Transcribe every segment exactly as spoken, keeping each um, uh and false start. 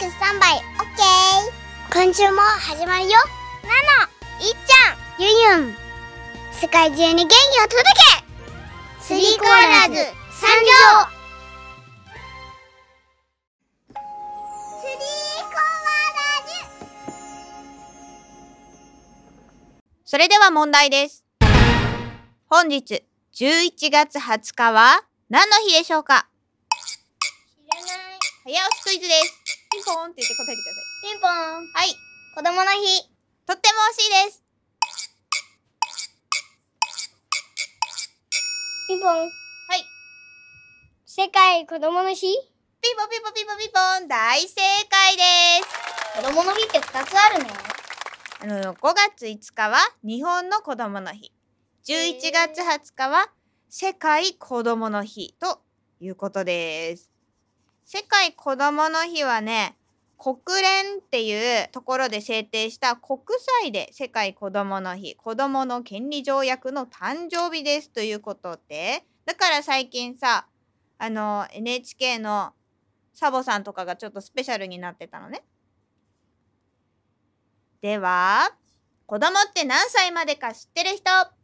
クスタンバイオッケー。今週も始まるよ。ナノ、いっちゃん、ユユン、世界中に元気を届け、スリーコアラーズ参上。スリーコアラーズ。 それでは問題です。本日じゅういちがつはつかは何の日でしょうか？ 知らない。 早押しクイズです。ピンポーンって言って答えてくだピンポーン。 さい。はい。 子供の日。 とっても惜しいです。 ピンポン。 はい。 世界子供の日。 ピンポンピンポンピンポンピンポン、大正解です。 子供の日ってふたつあるの？ あの、ごがついつかは日本の子供の日。じゅういちがつはつかは世界子供の日ということです。世界子供の日はね、国連っていうところで制定した国際で世界子供の日、子供の権利条約の誕生日ですということで、だから最近さ、あの エヌエイチケー のサボさんとかがちょっとスペシャルになってたのね。では、子供って何歳までか知ってる人？ はい。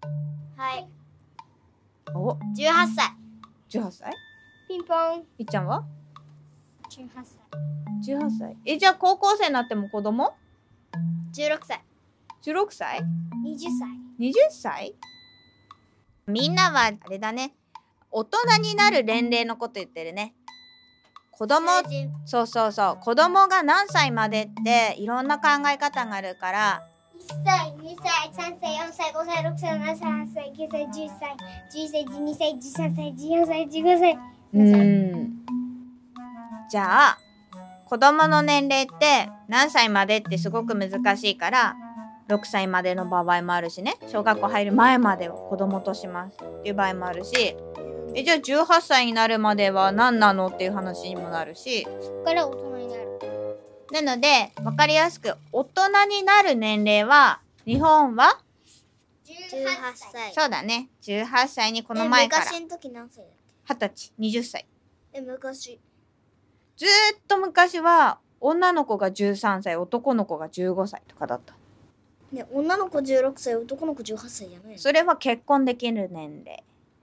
お、 じゅうはっさい。 じゅうはっさい？ ピンポン。 いっちゃんは？ じゅうはっさい。 じゅうはっさい。え、じゃあ高校生になっても子供？ じゅうろくさい。 じゅうろくさい？ にじゅっさい。 にじゅっさい？みんなはあれだね。大人になる年齢のこと言ってるね。子供、そうそうそう。子供が何歳までっていろんな考え方があるから。 いっさい、にさい、さんさい、よんさい、ごさい、ろくさい、ななさい、はっさい、きゅうさい、じゅっさい、じゅういっさい、じゅうにさい、じゅうさんさい、じゅうよんさい、じゅうごさい。 うーん。じゃあ、子供の年齢って何歳までってすごく難しいから、ろくさいまでの場合もあるしね。小学校入る前までを子供としますっていう場合もあるし、え、じゃあじゅうはっさいになるまでは何なのっていう話にもなるし。 そっから大人になる。 なので、わかりやすく、大人になる年齢は、日本はじゅうはっさい。 そうだね。じゅうはっさいにこの前から。 昔の時何歳だっはたち、にじゅっさい。 け？え、昔。 ずーっと昔は、女の子がじゅうさんさい、男の子がじゅうごさいとかだった。 ね、女の子じゅうろくさい、男の子じゅうはっさいじゃないの？ それは結婚できる年齢。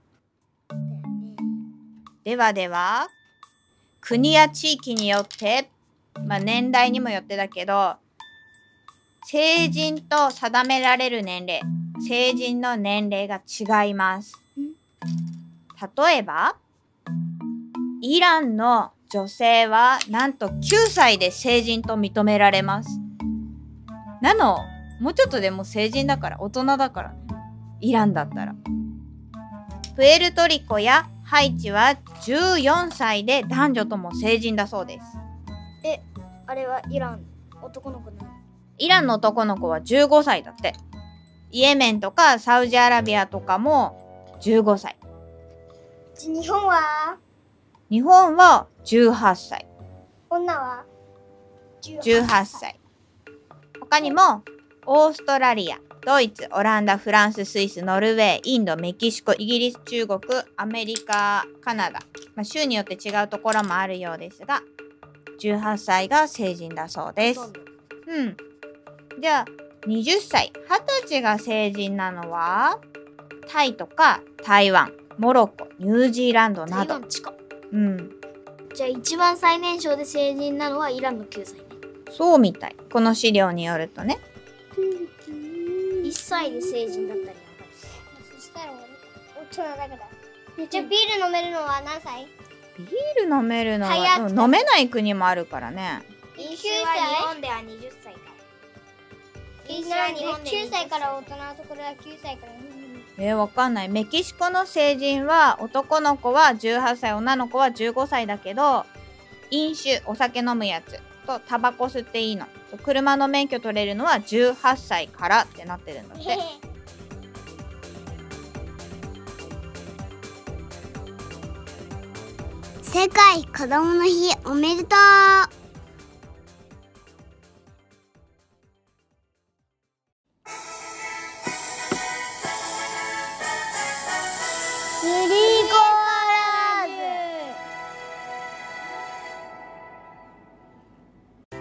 ではでは、国や地域によって、まあ年代にもよってだけど、成人と定められる年齢、成人の年齢が違います。例えば、イランの女性はなんときゅうさいで成人と認められます。なの、もうちょっとでも成人だから、大人だからね。イランだったら。プエルトリコやハイチはじゅうよんさいで男女とも成人だそうです。 え、あれはイラン、男の子なの？ イランの男の子はじゅうごさいだって。イエメンとかサウジアラビアとかもじゅうごさい。 じ日本は？ 日本はじゅうはっさい。 女は？ じゅうはっさい。他にもオーストラリア、ドイツ、オランダ、フランス、スイス、ノルウェー、インド、メキシコ、イギリス、中国、アメリカ、カナダ、まあ、州によって違うところもあるようですが、じゅうはっさいが成人だそうです。うん。じゃあ、はたち、はたちが成人なのは、タイとか台湾、モロッコ、ニュージーランドなど。うん。 じゃあ一番最年少で成人なのはイランのきゅうさいね。 そうみたい。この資料によるとね。 いっさいで成人だったりなんか。そしたら大人だから。じゃあビール飲めるのは何歳？ ビール飲めるのは、飲めない国もあるからね。 飲酒は日本でははたちから。飲酒は日本できゅうさいから大人のところはきゅうさいから。 えー、わかんない。メキシコの成人は男の子はじゅうはっさい、女の子はじゅうごさいだけど、飲酒、お酒飲むやつとタバコ吸っていいの。車の免許取れるのはじゅうはっさいからってなってるんだって。 世界子供の日おめでとう。スリーコアラーズ。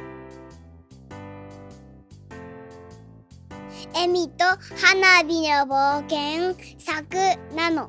エミと花火の冒険作なの。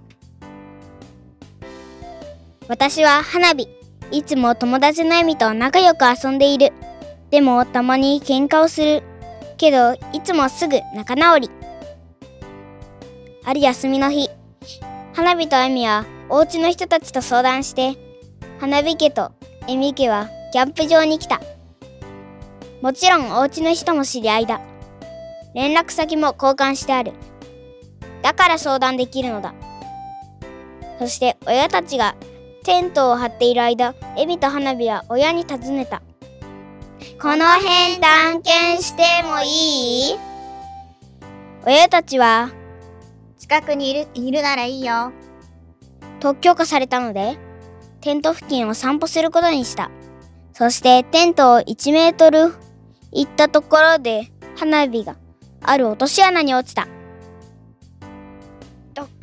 私は花火。いつも友達のエミと仲良く遊んでいる。でもたまに喧嘩をする。けどいつもすぐ仲直り。ある休みの日、花火とエミはお家の人たちと相談して、花火家とエミ家はキャンプ場に来た。もちろんお家の人も知り合いだ。連絡先も交換してある。だから相談できるのだ。そして親たちがテントを張っている間、エミと花火は親に尋ねた。この辺探検してもいい？親たちは、 近くにいる、いるならいいよ。 と許可されたので、テント付近を散歩することにした。そしてテントをいちメートル行ったところで、花火がある落とし穴に落ちた。 ドッカ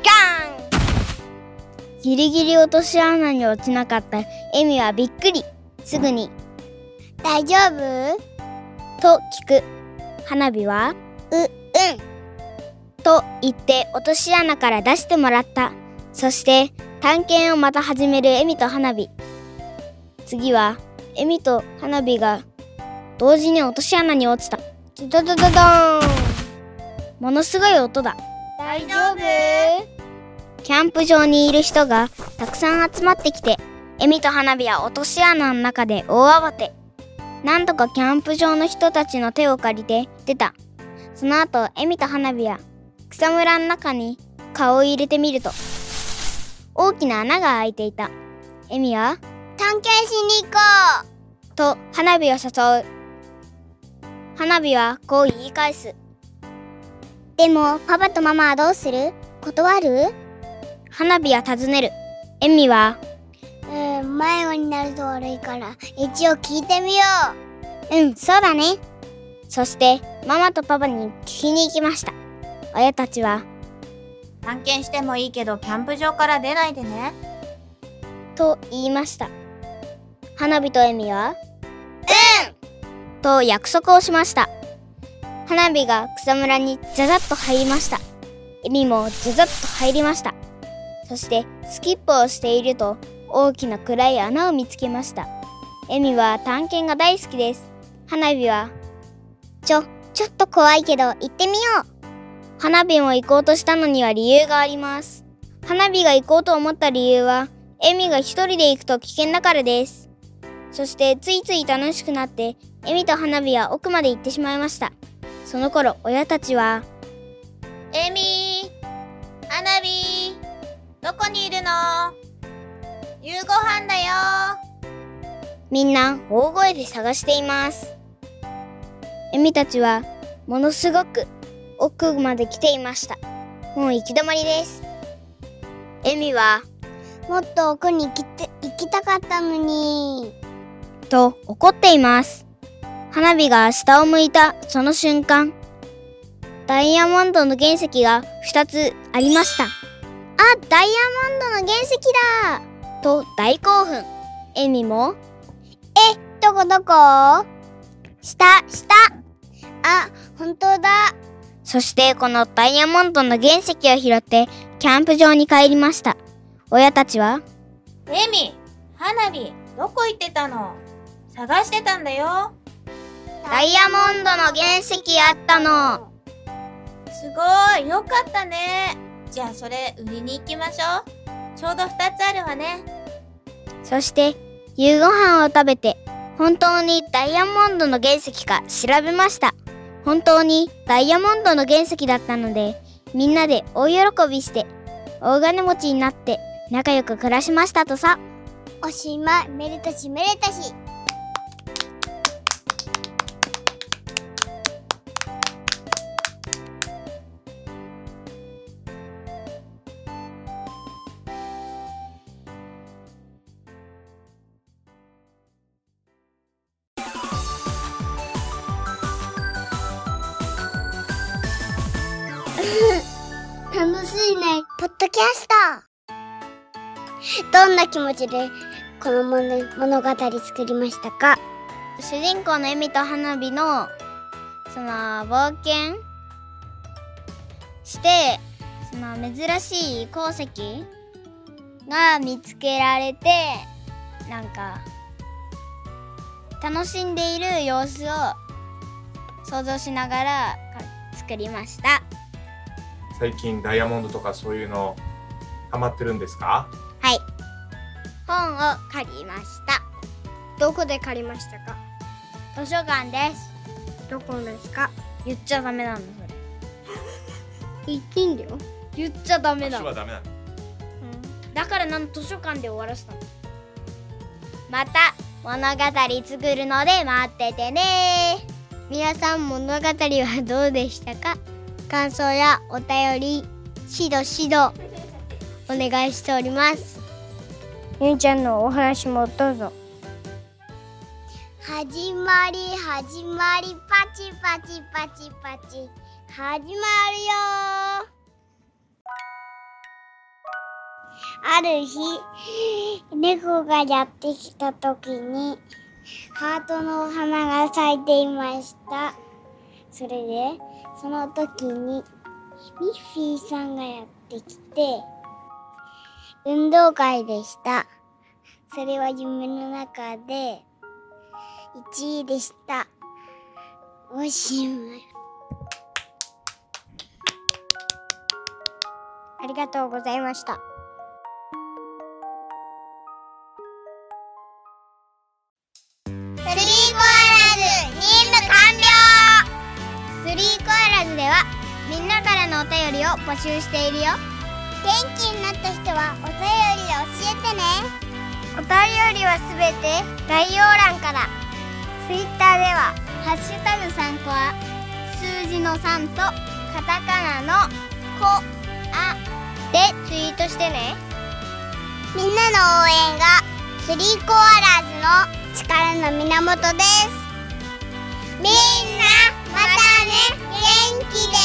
ギリギリ落とし穴に落ちなかったエミはびっくり。すぐに、 大丈夫？ と聞く。花火は、 う、うん。 と言って落とし穴から出してもらった。そして探検をまた始めるエミと花火。次はエミと花火が同時に落とし穴に落ちた。ドドドドドーン。ものすごい音だ。 大丈夫？ キャンプ場にいる人がたくさん集まってきて、エミと花火は落とし穴の中で大慌て。なんとかキャンプ場の人たちの手を借りて出た。その後エミと花火は草むらの中に顔を入れてみると、大きな穴が開いていた。エミは、 探検しに行こうと花火を誘う。花火はこう言い返す。 でもパパとママはどうする？断る？ 花火は尋ねる。エミは、 うーん、迷子になると悪いから一応聞いてみよう。うん、そうだね。そしてママとパパに聞きに行きました。親たちは、 探検してもいいけどキャンプ場から出ないでね。 と言いました。花火とエミは、 うんと約束をしました。花火が草むらにザザッと入りました。エミもザザッと入りました。そしてスキップをしていると大きな暗い穴を見つけました。エミは探検が大好きです。花火は、 ちょ、ちょっと怖いけど行ってみよう。 花火も行こうとしたのには理由があります。花火が行こうと思った理由は、エミが一人で行くと危険だからです。そしてついつい楽しくなって、エミと花火は奥まで行ってしまいました。その頃、親たちは、 エミー、花火、どこにいるの？夕ご飯だよ。 みんな大声で探しています。エミたちはものすごく奥まで来ていました。もう行き止まりです。エミは、 もっと奥に行きて行きたかったのに。 と怒っています。花火が下を向いたその瞬間、ダイヤモンドの原石がふたつありました。 あ、ダイヤモンドの原石だと大興奮。エミも、 え、どこどこ？下、下。あ、本当だ。 そしてこのダイヤモンドの原石を拾ってキャンプ場に帰りました。親たちは、 エミ、花火、どこ行ってたの？探してたんだよ。 ダイヤモンドの原石あったの。 すごい、よかったね。じゃあそれ売りに行きましょう。ちょうどふたつあるわね。 そして夕ご飯を食べて、本当にダイヤモンドの原石か調べました。本当にダイヤモンドの原石だったので、みんなで大喜びして大金持ちになって仲良く暮らしましたとさ。 おしまい。めでたしめでたし。楽しいね。ポッドキャスト。どんな気持ちでこの物語作りましたか？ 主人公のエミと花火のその冒険してその珍しい鉱石が見つけられて、なんか楽しんでいる様子を想像しながら作りました。 最近ダイヤモンドとかそういうのハマってるんですか？ はい、本を借りました。 どこで借りましたか？ 図書館です。 どこですか？ 言っちゃダメなのそれ。 言っていいんだよ。 言っちゃダメだ。 私はダメなの。 だからなん図書館で終わらせたの。また物語作るので待っててね。 皆さん物語はどうでしたか？感想やお便りしどしどお願いしております。 ゆいちゃんのお話もどうぞ。 始まり始まりパチパチパチパチ始まるよ。ある日猫がやってきた時にハートのお花が咲いていました。それでその時にミッフィーさんがやってきて運動会でした。それは夢の中でいちいでした。おしまい。 ありがとうございました。 スリーコアラズ任務完了。 スリーコアラズではみんなからのお便りを募集しているよ。 元気になった人はお便りで教えてね。 お便りはすべて概要欄から。ツイッターではハッシュタグさんコア、数字のさんとカタカナのコアでツイートしてね。 みんなの応援がスリーコアラズの力の源です。みんなまたね。元気で